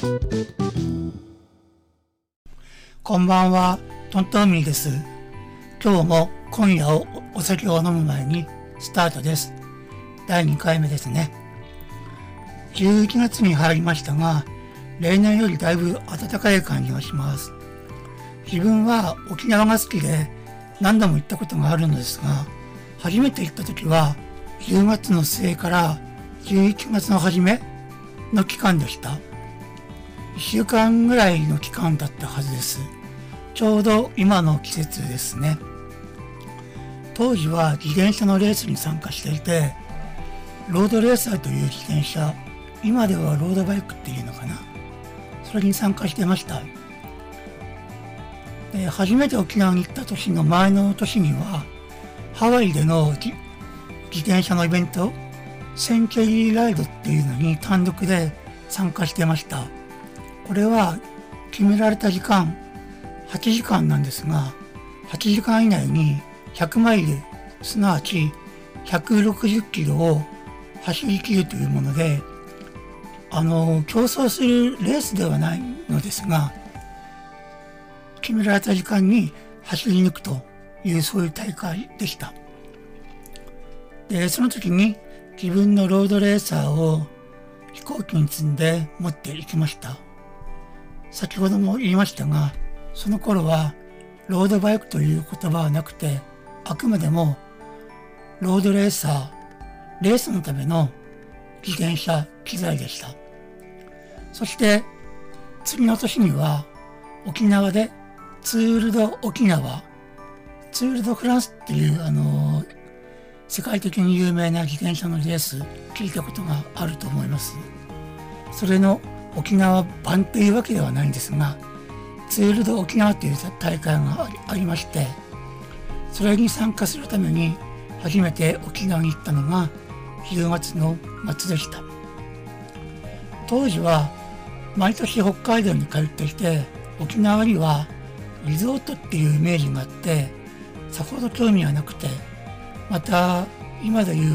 こんばんは、トントンミーです。今日も今夜をお酒を飲む前にスタートです。第2回目ですね。11月に入りましたが、例年よりだいぶ暖かい感じがします。自分は沖縄が好きで何度も行ったことがあるのですが、初めて行った時は10月の末から11月の初めの期間でした。1週間ぐらいの期間だったはずです。ちょうど今の季節ですね。当時は自転車のレースに参加していて、ロードレーサーという自転車、今ではロードバイクっていうのかな。それに参加してました。で、初めて沖縄に行った年の前の年には、ハワイでの自転車のイベント、センチュリーライドっていうのに単独で参加してました。これは決められた時間、8時間なんですが、8時間以内に100マイル、すなわち160キロを走り切るというもので、競争するレースではないのですが、決められた時間に走り抜くというそういう大会でした。で、その時に自分のロードレーサーを飛行機に積んで持って行きました。先ほども言いましたが、その頃はロードバイクという言葉はなくて、あくまでもロードレーサー、レースのための自転車機材でした。そして次の年には沖縄でツール・ド・沖縄、ツール・ド・フランスっていう世界的に有名な自転車のレース聞いたことがあると思います。それの沖縄版というわけではないんですが、ツール・ド・沖縄という大会がありまして、それに参加するために初めて沖縄に行ったのが10月の末でした。当時は毎年北海道に帰ってきて、沖縄にはリゾートっていうイメージがあって、さほど興味はなくて、また今でいう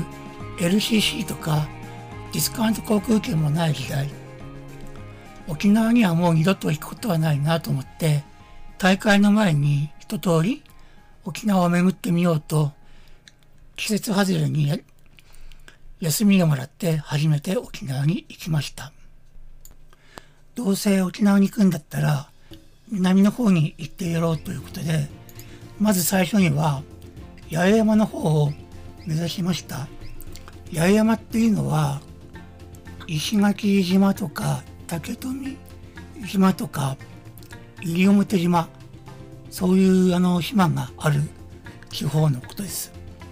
LCC とかディスカウント航空券もない時代、沖縄にはもう二度と行くことはないなと思って、大会の前に一通り沖縄を巡ってみようと、季節外れに休みをもらって初めて沖縄に行きました。どうせ沖縄に行くんだったら南の方に行ってやろうということで、まず最初には八重山の方を目指しました。八重山っていうのは石垣島とか竹富島とか西表島、そういう島がある地方のことです。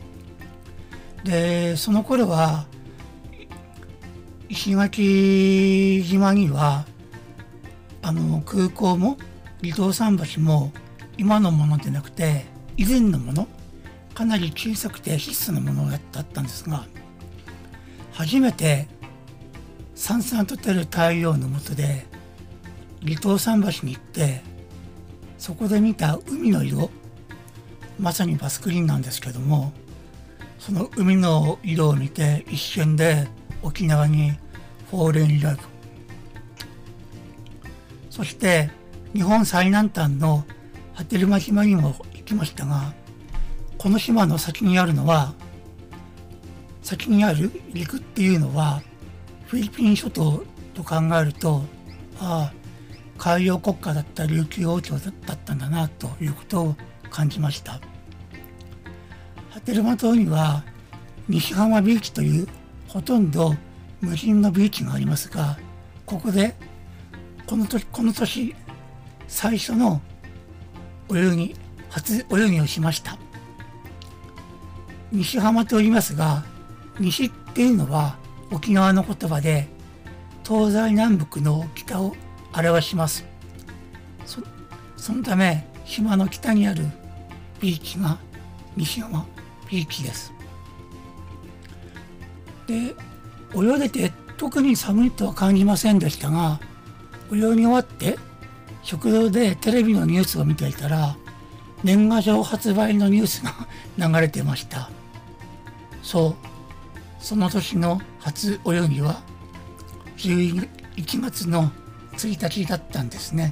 で、その頃は石垣島には空港も離島桟橋も今のものでなくて以前のもの、かなり小さくて質素なものだったんですが、初めてさんさんと照る太陽の下で離島桟橋に行って、そこで見た海の色、まさにバスクリーンなんですけども、その海の色を見て一瞬で沖縄にフォーレンラブ。そして日本最南端の波照間島にも行きましたが、この島の先にある陸っていうのはフィリピン諸島と考えると、海洋国家だった琉球王朝だったんだなということを感じました。波照間島には西浜ビーチというほとんど無人のビーチがありますが、ここでこの年最初の初泳ぎをしました。西浜と言いますが、西っていうのは沖縄の言葉で東西南北の北を表します。そのため島の北にあるビーチが西浜ビーチです。で、泳いでて特に寒いとは感じませんでしたが、泳ぎ終わって食堂でテレビのニュースを見ていたら、年賀状発売のニュースが流れてました。その年の初泳ぎは11月の 1日だったんですね。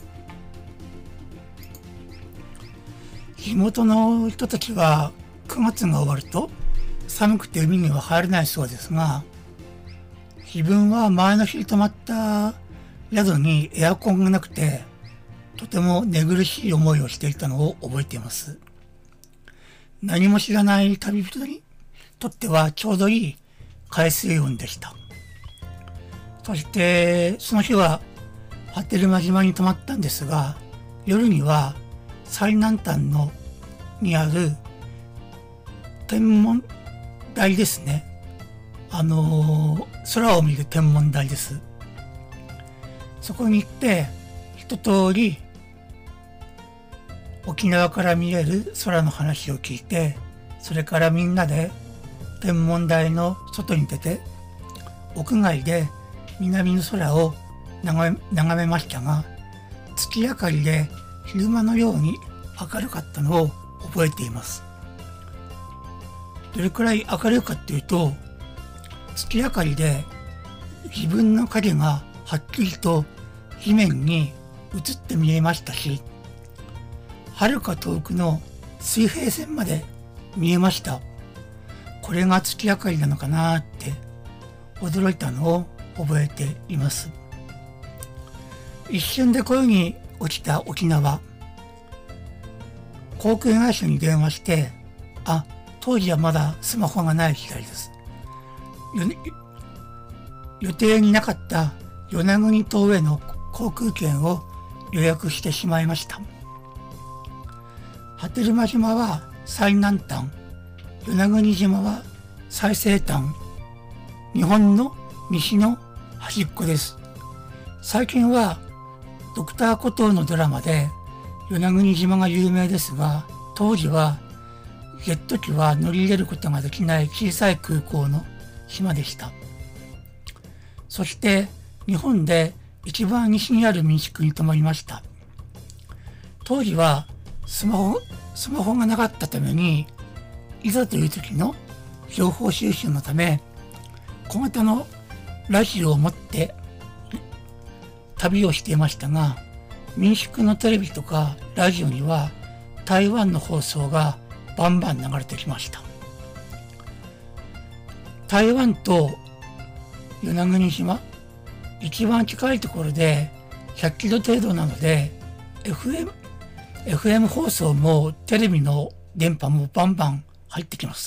地元の人たちは9月が終わると寒くて海には入れないそうですが、自分は前の日に泊まった宿にエアコンがなくて、とても寝苦しい思いをしていたのを覚えています。何も知らない旅人にとってはちょうどいい海水温でした。そしてその日は波照間島に泊まったんですが、夜には最南端にある天文台ですね。空を見る天文台です。そこに行って一通り沖縄から見える空の話を聞いて、それからみんなで天文台の外に出て屋外で南の空を眺めましたが、月明かりで昼間のように明るかったのを覚えています。どれくらい明るいかっていうと、月明かりで自分の影がはっきりと地面に映って見えましたし、遥か遠くの水平線まで見えました。これが月明かりなのかなって驚いたのを覚えています。一瞬で恋に落ちた沖縄。航空会社に電話して、当時はまだスマホがない時代です。予定になかった与那国島への航空券を予約してしまいました。波照間島は最南端、与那国島は最西端、日本の西の端っこです。最近はドクターコトーのドラマで与那国島が有名ですが、当時はジェット機は乗り入れることができない小さい空港の島でした。そして日本で一番西にある民宿に泊まりました。当時はスマホがなかったために、いざという時の情報収集のため小型のラジオを持って旅をしていましたが、民宿のテレビとかラジオには台湾の放送がバンバン流れてきました。台湾と与那国島、一番近いところで100キロ程度なので、FM 放送もテレビの電波もバンバン入ってきます。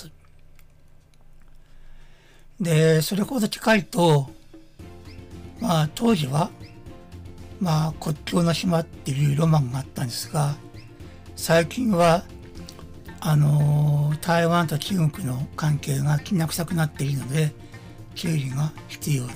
で、それほど近いと、当時は国境の島っていうロマンがあったんですが、最近は台湾と中国の関係がきな臭くなっているので注意が必要です。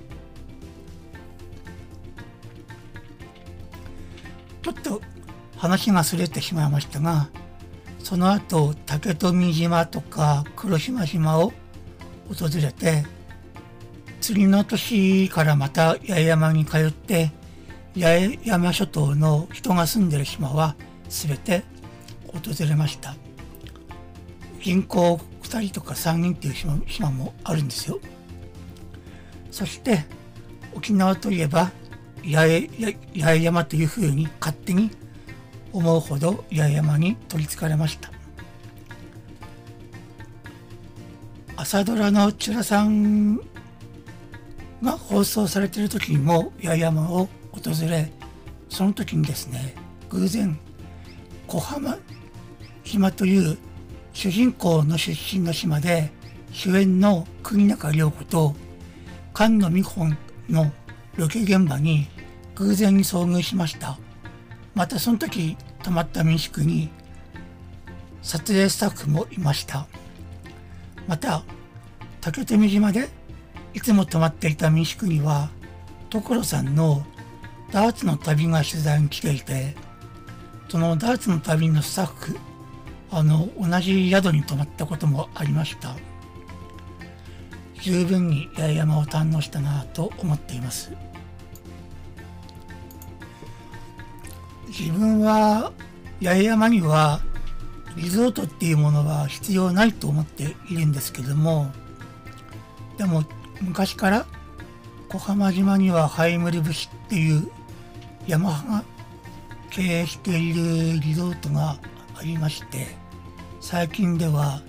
ちょっと話がそれてしまいましたが、その後竹富島とか黒島島を訪れて、次の年からまた八重山に通って、八重山諸島の人が住んでる島は全て訪れました。人口2人とか3人っていう島もあるんですよ。そして沖縄といえば八重山というふうに勝手に思うほど八重山に取りつかれました。朝ドラのちゅらさんが放送されている時にも八重山を訪れ、その時にですね、偶然小浜島という主人公の出身の島で主演の国中涼子と菅野美穂のロケ現場に偶然に遭遇しました。またその時泊まった民宿に撮影スタッフもいました。また竹富島でいつも泊まっていた民宿には所さんのダーツの旅が取材に来ていて、そのダーツの旅のスタッフ、同じ宿に泊まったこともありました。十分に八重山を堪能したなと思っています。自分は八重山にはリゾートっていうものは必要ないと思っているんですけども、でも昔から小浜島にはハイムリ節っていうヤマハが経営しているリゾートがありまして、最近では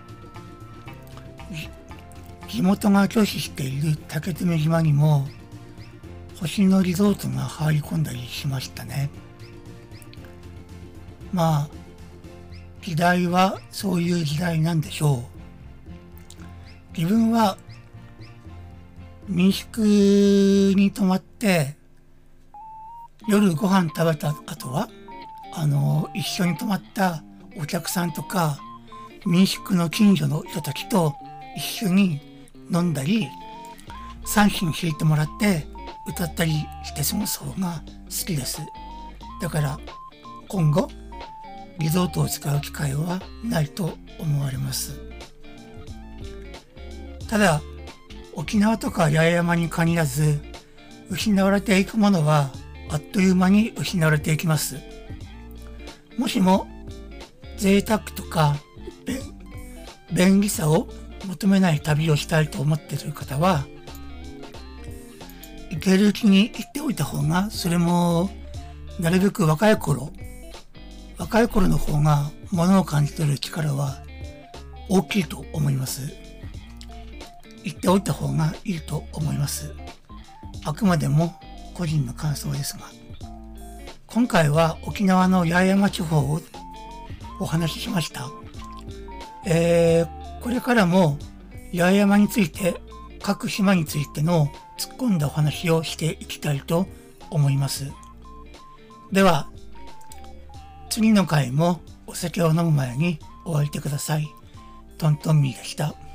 地元が拒否している竹爪島にも星野リゾートが入り込んだりしましたね。まあ時代はそういう時代なんでしょう。自分は民宿に泊まって夜ご飯食べた後は一緒に泊まったお客さんとか民宿の近所の人たちと一緒に飲んだり三線弾いてもらって歌ったりして過ごす方が好きです。だから今後リゾートを使う機会はないと思われます。ただ沖縄とか八重山に限らず失われていくものはあっという間に失われていきます。もしも贅沢とか便利さを求めない旅をしたいと思っている方は行けるうちに行っておいた方が、それもなるべく若い頃の方が物を感じ取る力は大きいと思います。行っておいた方がいいと思います。あくまでも個人の感想ですが、今回は沖縄の八重山地方をお話ししました。これからも八重山について、各島についての突っ込んだお話をしていきたいと思います。では次の回もお酒を飲む前にお会いしてください。トントンミーでした。